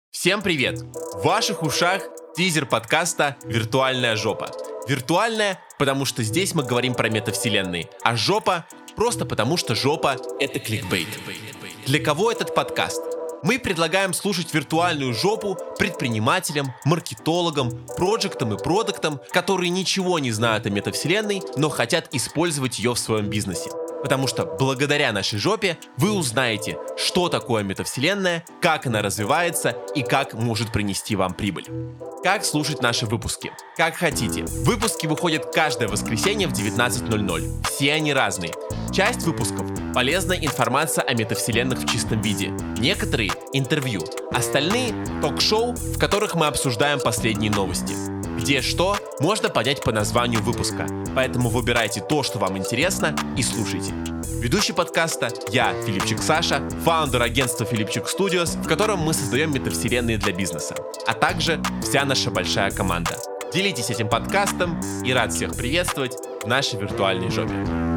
Всем привет! В ваших ушах тизер подкаста «Виртуальная жопа». Виртуальная, потому что здесь мы говорим про метавселенные, а жопа просто потому, что жопа — это кликбейт. Для кого этот подкаст? Мы предлагаем слушать виртуальную жопу предпринимателям, маркетологам, проектам и продуктам, которые ничего не знают о метавселенной, но хотят использовать ее в своем бизнесе. Потому что благодаря нашей жопе вы узнаете, что такое метавселенная, как она развивается и как может принести вам прибыль. Как слушать наши выпуски? Как хотите. Выпуски выходят каждое воскресенье в 19:00. Все они разные. Часть выпусков – полезная информация о метавселенных в чистом виде. Некоторые – интервью. Остальные – ток-шоу, в которых мы обсуждаем последние новости. Где что, можно понять по названию выпуска. Поэтому выбирайте то, что вам интересно, и слушайте. Ведущий подкаста – я, Филипчик Саша, фаундер агентства Филипчик Studios, в котором мы создаем метавселенные для бизнеса, а также вся наша большая команда. Делитесь этим подкастом и рад всех приветствовать в нашей виртуальной жопе.